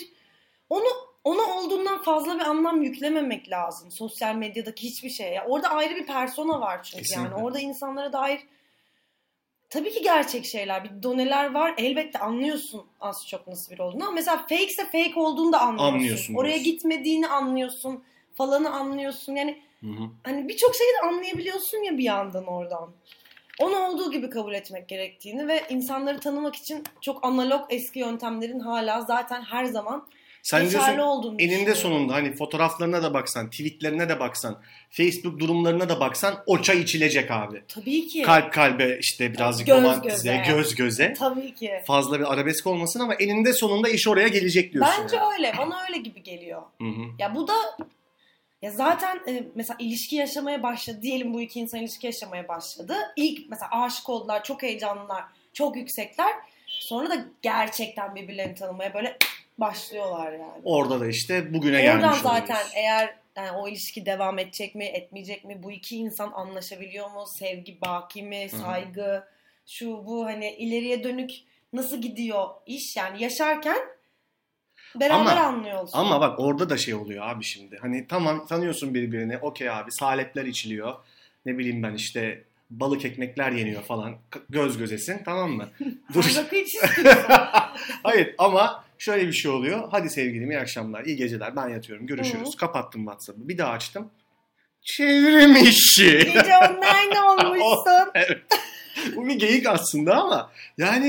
onu olduğundan fazla bir anlam yüklememek lazım. Sosyal medyadaki hiçbir şeye. Ya orada ayrı bir persona var çünkü. Kesinlikle. Yani orada insanlara dair tabii ki gerçek şeyler, bir doneler var. Elbette anlıyorsun az çok nasıl biri olduğunu. Ama mesela fake ise fake olduğunu da anlıyorsun. Oraya gitmediğini anlıyorsun. Falanı anlıyorsun. Yani hani birçok şeyi de anlayabiliyorsun ya bir yandan oradan. Onu olduğu gibi kabul etmek gerektiğini ve insanları tanımak için çok analog eski yöntemlerin hala zaten her zaman geçerli olduğunu eninde düşünüyorum. Sonunda hani fotoğraflarına da baksan, tweetlerine de baksan, Facebook durumlarına da baksan o çay içilecek abi. Tabii ki. Kalp kalbe işte birazcık romantize, göz göze. Tabii ki. Fazla bir arabesk olmasın ama eninde sonunda iş oraya gelecek diyorsun. Bence yani. Öyle. Bana öyle gibi geliyor. Ya bu da ya zaten mesela ilişki yaşamaya başladı. Diyelim bu iki insan ilişki yaşamaya başladı. İlk mesela aşık oldular, çok heyecanlılar, çok yüksekler. Sonra da gerçekten birbirlerini tanımaya böyle başlıyorlar yani. Orada da işte bugüne gelmiş oluyoruz. Oradan zaten eğer yani o ilişki devam edecek mi, etmeyecek mi? Bu iki insan anlaşabiliyor mu? Sevgi baki mi? Saygı, şu bu hani ileriye dönük nasıl gidiyor iş? Yani yaşarken beraber anlıyorsun. Ama bak orada da şey oluyor abi şimdi. Hani tamam tanıyorsun birbirini. Okey abi salepler içiliyor. Ne bileyim ben işte balık ekmekler yeniyor falan. Göz gözesin tamam mı? Rakı hiç istiyorsun. Hayır ama şöyle bir şey oluyor. Hadi sevgilim iyi akşamlar, iyi geceler. Ben yatıyorum. Görüşürüz. Kapattım WhatsApp'ı. Bir daha açtım. Çevrim işi. Gece online olmuşsun. Evet. Bu bir geyik aslında ama yani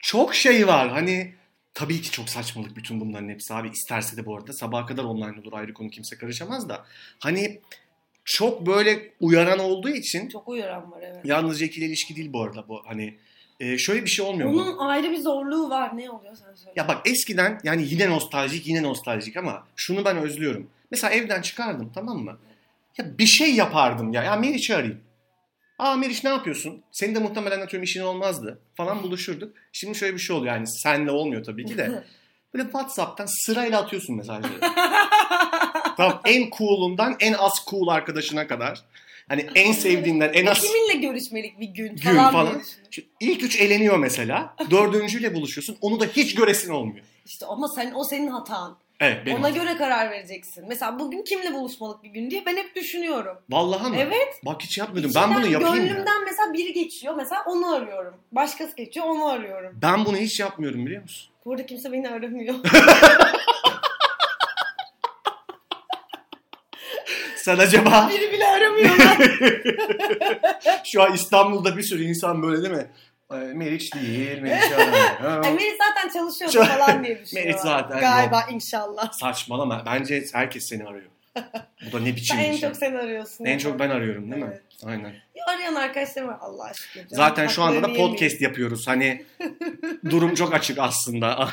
çok şey var. Hani tabii ki çok saçmalık bütün bunların hepsi abi. İsterse de bu arada sabaha kadar online olur, ayrı konu, kimse karışamaz da. Hani çok böyle uyaran olduğu için. Çok uyaran var, evet. Yalnızca ikili ilişki değil bu arada bu. Hani şöyle bir şey olmuyor mu? Onun ayrı bir zorluğu var. Ne oluyor sen söyle. Ya bak, eskiden yani yine nostaljik ama şunu ben özlüyorum. Mesela evden çıkardım, tamam mı? Ya bir şey yapardım ya. Ya Meriç'i arayayım. Aa Meriç, ne yapıyorsun? Senin de muhtemelen atıyorum işin olmazdı falan, buluşurduk. Şimdi şöyle bir şey oluyor, yani senle olmuyor tabii ki de. Böyle WhatsApp'tan sırayla atıyorsun mesajları. Tamam, en cool'undan en az cool arkadaşına kadar. Hani en sevdiğinden en az... Kiminle görüşmelik bir gün falan. İlk 3 eleniyor mesela. 4.'üyle buluşuyorsun. Onu da hiç göresin olmuyor. İşte ama o senin hatan. Evet, benim Ona hatam. göre karar vereceksin. Mesela bugün kimle buluşmalık bir gün diye ben hep düşünüyorum. Vallahi mı? Evet. Bak hiç yapmadım. Ben bunu yapayım ya. Gönlümden mesela biri geçiyor. Mesela onu arıyorum. Başkası geçiyor, onu arıyorum. Ben bunu hiç yapmıyorum, biliyor musun? Burada kimse beni aramıyor. Sen acaba... Biri bile aramıyorlar. Şu an İstanbul'da bir sürü insan böyle değil mi? Meriç değil, Meriç aramıyor. Meriç zaten çalışıyordu falan diye düşünüyorlar. Meriç zaten galiba yok. inşallah. Saçmalama. Bence herkes seni arıyor. Bu da ne biçim En bir şey. çok sen arıyorsun. En çok ben arıyorum değil mi? Evet. Aynen. Arayan arkadaşlarım var Allah aşkına. Zaten şu anda da podcast yapıyoruz. Hani durum çok açık aslında.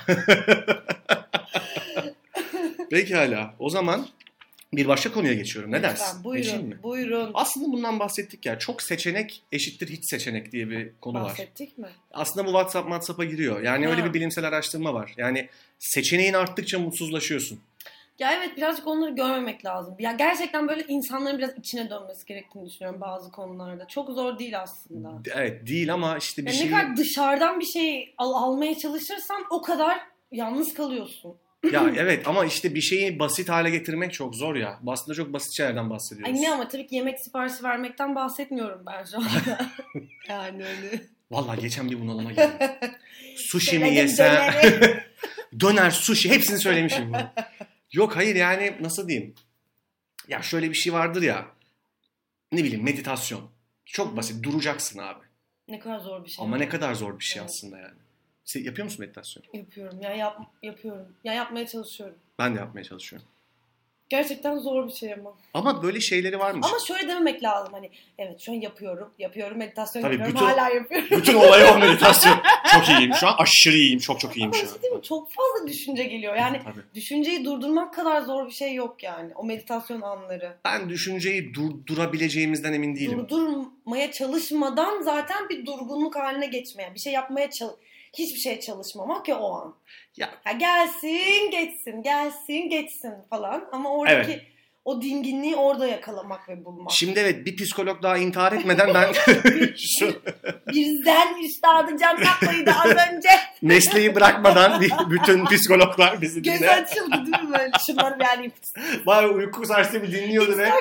Pekala. O zaman bir başka konuya geçiyorum. Ne dersin? Buyurun, buyurun. Aslında bundan bahsettik ya. Çok seçenek eşittir hiç seçenek diye bir konu var. Bahsettik mi? Aslında bu WhatsApp'a giriyor. Yani öyle bir bilimsel araştırma var. Yani seçeneğin arttıkça mutsuzlaşıyorsun. Ya evet, birazcık onları görmemek lazım. Ya gerçekten böyle insanların biraz içine dönmesi gerektiğini düşünüyorum bazı konularda. Çok zor değil aslında. Evet değil ama işte bir yani şey... Ne kadar dışarıdan bir şey almaya çalışırsan o kadar yalnız kalıyorsun. Ya evet ama işte bir şeyi basit hale getirmek çok zor ya. Aslında çok basit şeylerden bahsediyoruz. Ay ne, ama tabii ki yemek siparişi vermekten bahsetmiyorum ben şu anda. Yani öyle. Vallahi geçen bir bunalıma geldim. Sushi mi yesem? Döner, sushi, hepsini söylemişim. Yok hayır, yani nasıl diyeyim? Ya şöyle bir şey vardır ya. Ne bileyim, meditasyon. Çok basit, duracaksın abi. Ne kadar zor bir şey. Ama ne kadar zor bir şey aslında yani. Sen yapıyor musun meditasyon? Yapıyorum. Yapıyorum. Ya yapmaya çalışıyorum. Ben de yapmaya çalışıyorum. Gerçekten zor bir şey ama. Ama böyle şeyleri varmış. Ama şöyle dememek lazım, hani evet şu an yapıyorum meditasyon tabii yapıyorum, hala yapıyorum. Bütün olay o meditasyon. Çok iyiyim şu an, aşırı iyiyim, çok iyiyim şu an. Değil mi? Çok fazla düşünce geliyor. Yani tabii. Düşünceyi durdurmak kadar zor bir şey yok yani. O meditasyon anları. Ben düşünceyi durdurabileceğimizden emin değilim. Durdurmaya çalışmadan zaten bir durgunluk haline geçmeye, bir şey yapmaya hiçbir şey çalışmamak ya o an. Ya gelsin geçsin, gelsin geçsin falan, ama oradaki o dinginliği orada yakalamak ve bulmak. Şimdi evet, bir psikolog daha intihar etmeden ben bizden üstadı can yapmayı da az önce mesleği bırakmadan bütün psikologlar bizi dinle. Göz açıldı değil mi böyle? Şunları bir yani. Vay, uyku sersemi dinliyordu ve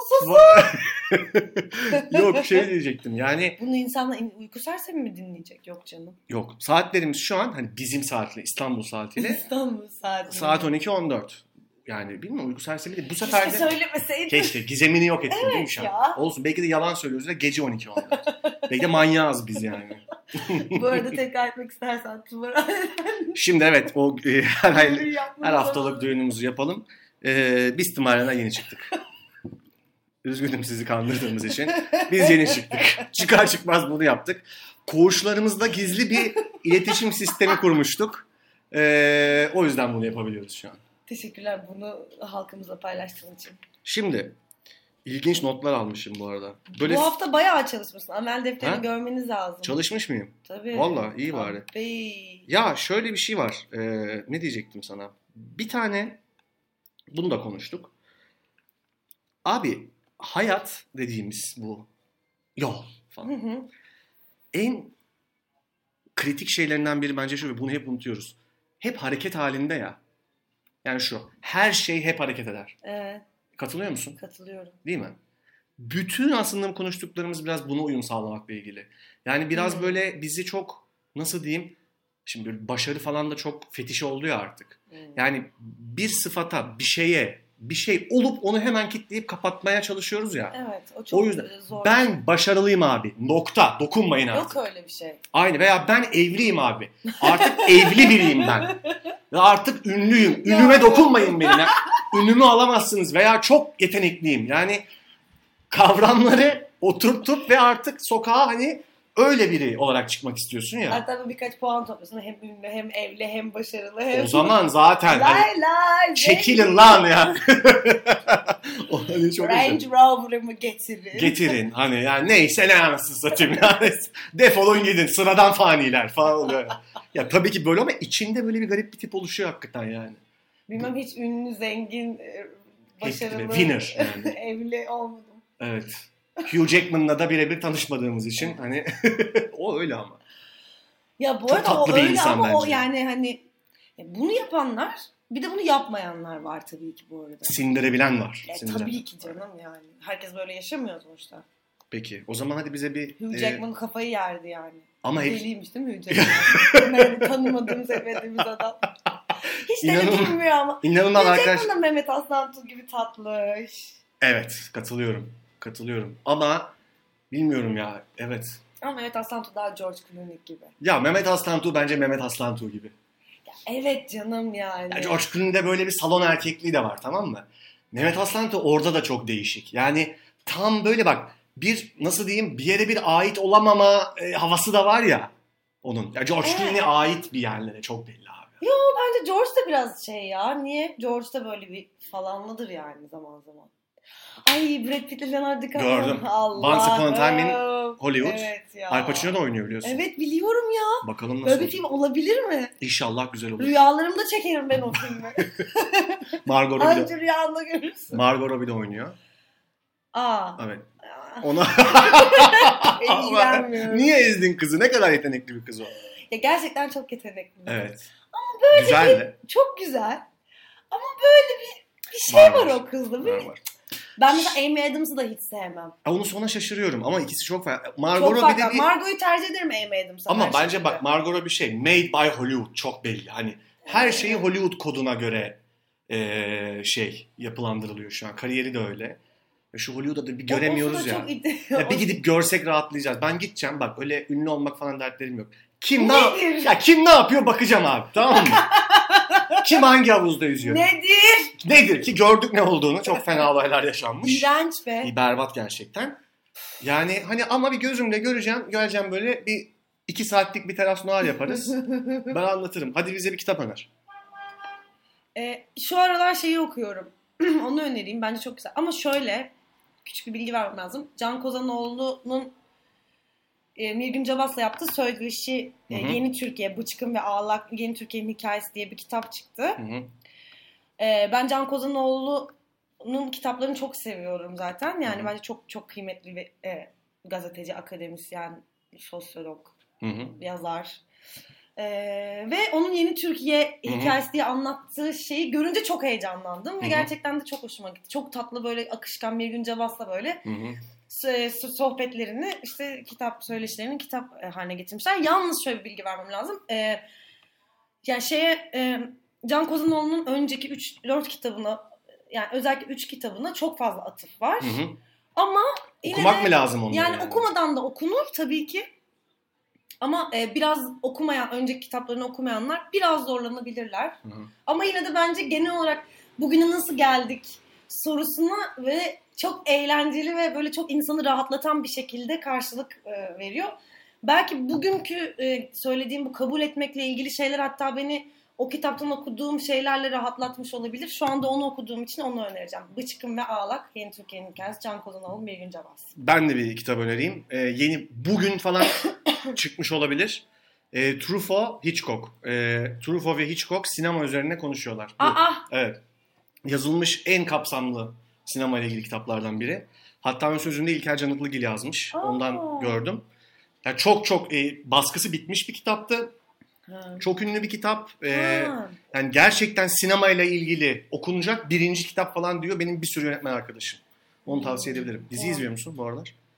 yok şey diyecektim yani. Bunu insanlar uyku sersemi mi dinleyecek? Yok canım. Yok. Saatlerimiz şu an hani bizim saatle, İstanbul saatiyle. İstanbul saati. Saat 12.14. Yani bilmiyorum, uyku sersemi de bu sefer de. Keşke söylemeseydin. Keşke. Gizemini yok ettin değil mi şu an? Ya. Olsun. Belki de yalan söylüyoruz ve gece 12.14. Belki de manyağız biz yani. Bu arada tekrar etmek istersen Tımar. Şimdi evet o her haftalık düğünümüzü yapalım. Biz Tımar'ına yeni çıktık. Üzgünüm sizi kandırdığımız için. Biz yeni çıktık. Çıkar çıkmaz bunu yaptık. Koğuşlarımızda gizli bir iletişim sistemi kurmuştuk. O yüzden bunu yapabiliyoruz şu an. Teşekkürler bunu halkımızla paylaştığın için. Şimdi ilginç notlar almışım bu arada. Bu hafta bayağı çalışmışsın. Amel defterini görmeniz lazım. Çalışmış mıyım? Tabii. Vallahi iyi bari. Ya şöyle bir şey var. Ne diyecektim sana? Bir tane bunu da konuştuk. Abi hayat dediğimiz bu yol falan. En kritik şeylerinden biri bence şu, ve bunu hep unutuyoruz. Hep hareket halinde ya. Yani şu, her şey hep hareket eder. Evet. Katılıyor musun? Katılıyorum. Değil mi? Bütün aslında konuştuklarımız biraz buna uyum sağlamakla ilgili. Yani biraz böyle bizi çok, nasıl diyeyim, şimdi başarı falan da çok fetiş oldu ya artık. Yani bir sıfata, bir şeye bir şey olup onu hemen kilitleyip kapatmaya çalışıyoruz ya. Evet, o çok o yüzden zor. Ben başarılıyım abi. Nokta. Dokunmayın artık. Yok öyle bir şey. Aynı veya ben evliyim abi. Artık evli biriyim ben. Ve artık ünlüyüm. Ünüme dokunmayın benim. Yani, ünümü alamazsınız veya çok yetenekliyim. Yani kavramları oturtup ve artık sokağa hani öyle biri olarak çıkmak istiyorsun ya. Hatta birkaç puan topluyorsun. Hem ünlü, hem evli, hem başarılı. Hem... O zaman zaten lay lay, çekilin lan ya. O hani çok Range Rover'ımı getirin. Getirin hani yani neyse ne anasını satayım yani. Defolun gidin sıradan faniler falan oluyor. Ya tabii ki böyle ama içinde böyle bir garip bir tip oluşuyor hakikaten yani. Bilmem hiç ünlü, zengin, başarılı, winner yani. evli olmadım. Evet. Hugh Jackman'la da birebir tanışmadığımız için hani o öyle ama. Ya bu çok arada o tatlı bir öyle insan ama bence. o yani hani bunu yapanlar bir de bunu yapmayanlar var tabii ki bu arada. Sindirebilen var. Tabii ki canım yani. Herkes böyle yaşamıyor sonuçta. Peki o zaman hadi bize bir... Hugh Jackman kafayı yerdi yani. Ama deliymiş değil mi Hugh Jackman? Yani tanımadığımız, sevmediğimiz adam. Hiç de bilmiyor ama. İnanılmaz Hugh arkadaş. Jackman da Mehmet Aslantu gibi tatlış. Evet katılıyorum. Ama bilmiyorum ya evet. Ama Mehmet Aslantu daha George Clooney gibi. Ya Mehmet Aslantu bence Mehmet Aslantu gibi. Ya evet canım yani. Ya George Clooney'de böyle bir salon erkekliği de var tamam mı? Mehmet Aslantu orada da çok değişik. Yani tam böyle bak bir nasıl diyeyim bir yere bir ait olamama havası da var ya onun. Ya George Clooney ait bir yerlere çok belli abi. Yo bence George da biraz şey ya. Niye? George da böyle bir falanlıdır yani zaman zaman. Ay Brad Pitt'le Leonardo DiCaprio. Gördüm. Allah. Once Upon a Time in Hollywood. Evet ya. Al Pacino da oynuyor biliyorsun. Evet biliyorum ya. Bakalım nasıl böyle bir olacak. film olabilir mi? İnşallah güzel olur. Rüyalarımda çekerim ben o filmi. Margot Robbie Anca rüyanda görürsün. Margot Robbie de oynuyor. Aa. Evet. Ona İlgilenmiyorum. Niye ezdin kızı? Ne kadar yetenekli bir kız o. Ya gerçekten çok yetenekli. Evet. Ama böyle güzel de. Çok güzel. Ama böyle bir şey var o kızda. Var. Ben mesela Amy Adams'ı da hiç sevmem. Onu sonra şaşırıyorum ama ikisi çok farklı. Margot Robbie bir... Margot'u tercih ederim Amy Adams'a. Ama bence bak Margot Robbie şey made by Hollywood çok belli. Hani her şeyi Hollywood koduna göre yapılandırılıyor şu an. Kariyeri de öyle. Şu Hollywood'da da bir göremiyoruz ya. Ya bir gidip görsek rahatlayacağız. Ben gideceğim bak öyle ünlü olmak falan dertlerim yok. Kim ne yapıyor bakacağım abi tamam mı? Kim hangi havuzda yüzüyor? Nedir ki gördük ne olduğunu. Çok fena olaylar yaşanmış. İğrenç be. Berbat gerçekten. Yani hani ama bir gözümle göreceğim böyle bir 2 saatlik bir teras noir yaparız. Ben anlatırım. Hadi bize bir kitap öner. Şu aralar şeyi okuyorum. Onu önereyim. Bence çok güzel. Ama şöyle küçük bir bilgi vermem lazım. Can Kozanoğlu'nun Mirgün Cabas'la yaptığı söyleşi Yeni Türkiye, Bıçkın ve Ağlak Yeni Türkiye'nin Hikayesi diye bir kitap çıktı. Ben Can Kozanoğlu'nun kitaplarını çok seviyorum zaten. Yani bence çok çok kıymetli bir gazeteci, akademisyen, sosyolog, yazar. Ve onun Yeni Türkiye hikayesi diye anlattığı şeyi görünce çok heyecanlandım. Ve gerçekten de çok hoşuma gitti. Çok tatlı böyle akışkan Mirgün Cabas'la böyle sohbetlerini işte söyleşilerini kitap haline getirmişler. Yalnız şöyle bir bilgi vermem lazım. Can Kozanoğlu'nun önceki 3-4 kitabına yani özellikle 3 kitabına çok fazla atıf var. Ama okumak mı lazım onları? Yani okumadan da okunur tabii ki. Ama biraz önceki kitaplarını okumayanlar biraz zorlanabilirler. Ama yine de bence genel olarak bugüne nasıl geldik sorusuna ve çok eğlenceli ve böyle çok insanı rahatlatan bir şekilde karşılık veriyor. Belki bugünkü söylediğim bu kabul etmekle ilgili şeyler hatta beni o kitaptan okuduğum şeylerle rahatlatmış olabilir. Şu anda onu okuduğum için onu önereceğim. Bıçkın ve Ağlak, Yeni Türkiye'nin Hikayesi, Can Kozanoğlu, Mirgün Cabas. Ben de bir kitap önereyim. Yeni bugün falan çıkmış olabilir. Truffaut, Hitchcock. Truffaut ve Hitchcock sinema üzerine konuşuyorlar. Evet. Yazılmış en kapsamlı sinema ile ilgili kitaplardan biri. Hatta ön sözünde İlker Canıklıgil yazmış. Ondan gördüm. Yani çok baskısı bitmiş bir kitaptı. Çok ünlü bir kitap. Yani gerçekten sinemayla ilgili okunacak birinci kitap falan diyor benim bir sürü yönetmen arkadaşım. Onu tavsiye edebilirim. Dizi izliyor musun bu aralar?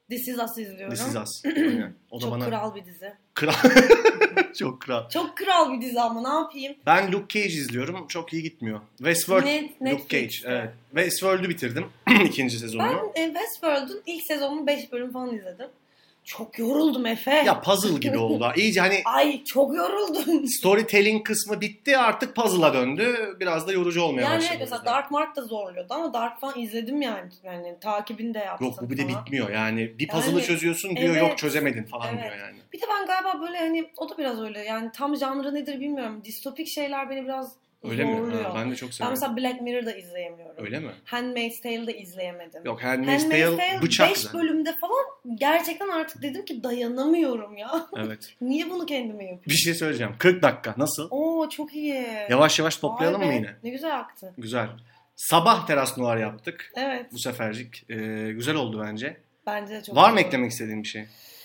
This Is Us izliyorum. This Is Us. Aynen. O da çok bana... kral bir dizi. Kral. Çok kral. Çok kral bir dizi ama ne yapayım? Ben Luke Cage izliyorum. Çok iyi gitmiyor. Westworld. Luke Cage. Evet. Westworld'u bitirdim. 2. sezonunu. Ben Westworld'un ilk sezonunu 5 bölüm falan izledim. Çok yoruldum Efe. Ya puzzle gibi oldu. İyice hani... Ay çok yoruldum. Storytelling kısmı bitti, artık puzzle'a döndü. Biraz da yorucu olmaya başladı. Yani mesela Dark Mark da zorluyordu ama Dark falan izledim yani. Yani takibini de yaptım. Yok bu bir de bitmiyor yani. Bir puzzle'ı yani, çözüyorsun diyor, evet, yok çözemedin falan evet. diyor yani. Bir de ben galiba böyle hani o da biraz öyle yani tam janrı nedir bilmiyorum. Distopik şeyler beni biraz öyle zorluyor. mi? Ha, ben de çok seviyorum. Ben mesela Black Mirror'da izleyemiyorum. Öyle mi? Handmaid's Tale'da izleyemedim. Yok Handmaid's Tale bıçak 5 bölümde falan gerçekten artık dedim ki dayanamıyorum ya. Evet. Niye bunu kendime yapıyorum? Bir şey söyleyeceğim. 40 dakika nasıl? Oo çok iyi. Yavaş yavaş toplayalım mı yine? Ne güzel aktı. Güzel. Sabah Teras Noir yaptık. Evet. Bu sefercik. Güzel oldu bence. Bence de çok Var mı eklemek istediğin bir şey?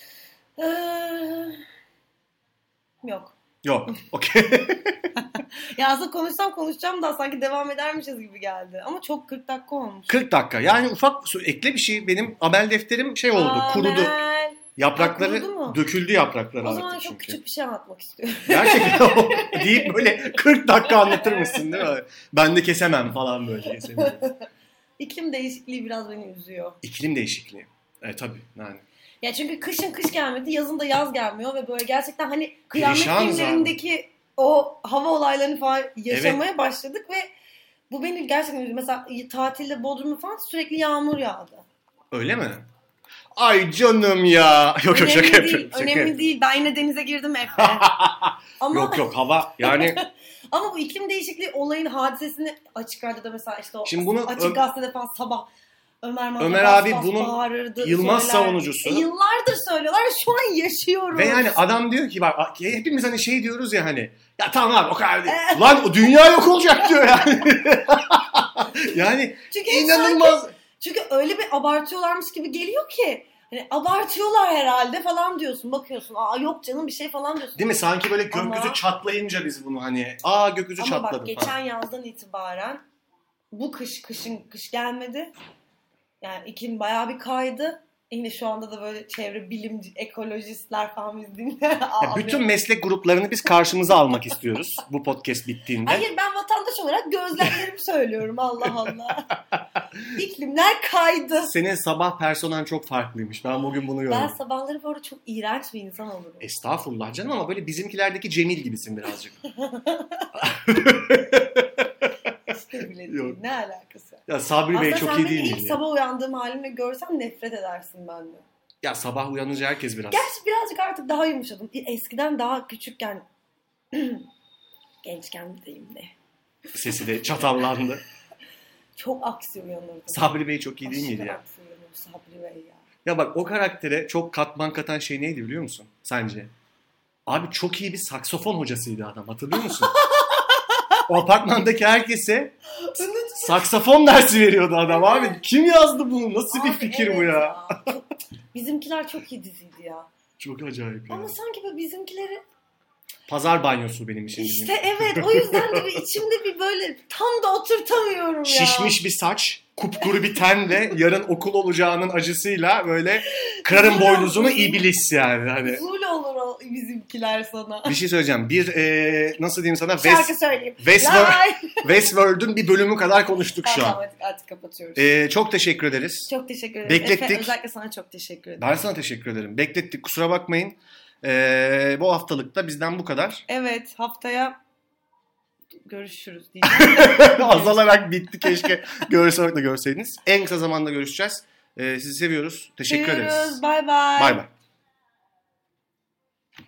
Yok. Yok. Okey. Ya aslında konuşacağım da sanki devam edermişiz gibi geldi. Ama çok 40 dakika olmuş. 40 dakika. Yani ufak ekle bir şey. Benim amel defterim şey oldu. Kurudu. Yaprakları döküldü yaprakları. O zaman çok küçük bir şey anlatmak istiyorum. Gerçekten deyip böyle 40 dakika anlatır mısın değil mi? Ben de kesemem falan böyle. İklim değişikliği biraz beni üzüyor. İklim değişikliği. Tabii yani. Ya çünkü kışın kış gelmedi, yazın da yaz gelmiyor ve böyle gerçekten hani kıyamet filmlerindeki o hava olaylarını falan yaşamaya başladık ve bu beni gerçekten üzüyor. Mesela tatilde Bodrum'da falan sürekli yağmur yağdı. Öyle mi? Ay canım ya. Yok şaka yapıyorum. Önemli değil. Ben yine denize girdim Efe. Ama... Yok hava yani. Ama bu iklim değişikliği olayın hadisesini açık radyoda mesela işte o şimdi bunu açık gazetede falan sabah Ömer abi bunun bağırırdı, Yılmaz savunucusu. Yıllardır söylüyorlar ve şu an yaşıyoruz. Ve yani adam diyor ki bak hepimiz hani şey diyoruz ya hani ya tamam abi o kadar değil. Lan o dünya yok olacak diyor yani. Yani çünkü inanılmaz. Çünkü öyle bir abartıyorlarmış gibi geliyor ki. Hani abartıyorlar herhalde falan diyorsun. Bakıyorsun yok canım bir şey falan diyorsun. Değil mi? Sanki böyle gökyüzü çatlayınca biz bunu hani gökyüzü çatladı falan. Ama bak geçen yazdan itibaren bu kış gelmedi. Yani iklim bayağı bir kaydı. Yine şu anda da böyle çevre bilimci, ekolojistler falan biz dinle. Bütün meslek gruplarını biz karşımıza almak istiyoruz bu podcast bittiğinde. Hayır ben vatandaş olarak gözlemlerimi söylüyorum Allah Allah. İklimler kaydı. Senin sabah personan çok farklıymış. Ben bugün bunu gördüm. Ben sabahları bu arada çok iğrenç bir insan olurum. Estağfurullah canım ama böyle bizimkilerdeki Cemil gibisin birazcık. İşte bile değil. Ne alakası? Ya Sabri Bey çok iyi değil mi? Aslında sen ilk sabah uyandığım halimle görsen nefret edersin benden. Ya sabah uyanınca herkes biraz. Gerçi birazcık artık daha yumuşadım. Eskiden daha küçükken gençken diyeyim de. Sesi de çatallandı. Çok aksi uyanırdım. Sabri Bey çok iyi değil miydi ya? Aksi uyanırdım Sabri Bey ya. Ya bak o karaktere çok katman katan şey neydi biliyor musun? Sence? Abi çok iyi bir saksofon hocasıydı adam. Hatırlıyor musun? O apartmandaki herkese saksafon dersi veriyordu adam abi. Kim yazdı bunu? Nasıl bir fikir bu ya? Bizimkiler çok iyi diziydi ya. Çok acayip ya. Ama sanki böyle bizimkileri... Pazar banyosu benim için. İşte evet o yüzden de içimde bir böyle tam da oturtamıyorum ya. Şişmiş bir saç, kupkuru bir tenle yarın okul olacağının acısıyla böyle kırarım boynuzunu iblis yani. Hani. Zul olur o bizimkiler sana. Bir şey söyleyeceğim. Nasıl diyeyim sana? Şarkı söyleyeyim. Westworld'un bir bölümü kadar konuştuk şu an. Artık kapatıyoruz. Çok teşekkür ederiz. Çok teşekkür ederim. Beklettik. Efe, özellikle sana çok teşekkür ederim. Ben sana teşekkür ederim. Beklettik. Kusura bakmayın. Bu haftalıkta bizden bu kadar. Evet. Haftaya görüşürüz diyeceğim. Azalarak bitti. Keşke görseydiniz. En kısa zamanda görüşeceğiz. Sizi seviyoruz. Teşekkür ederiz. Bye bye. Bye bye.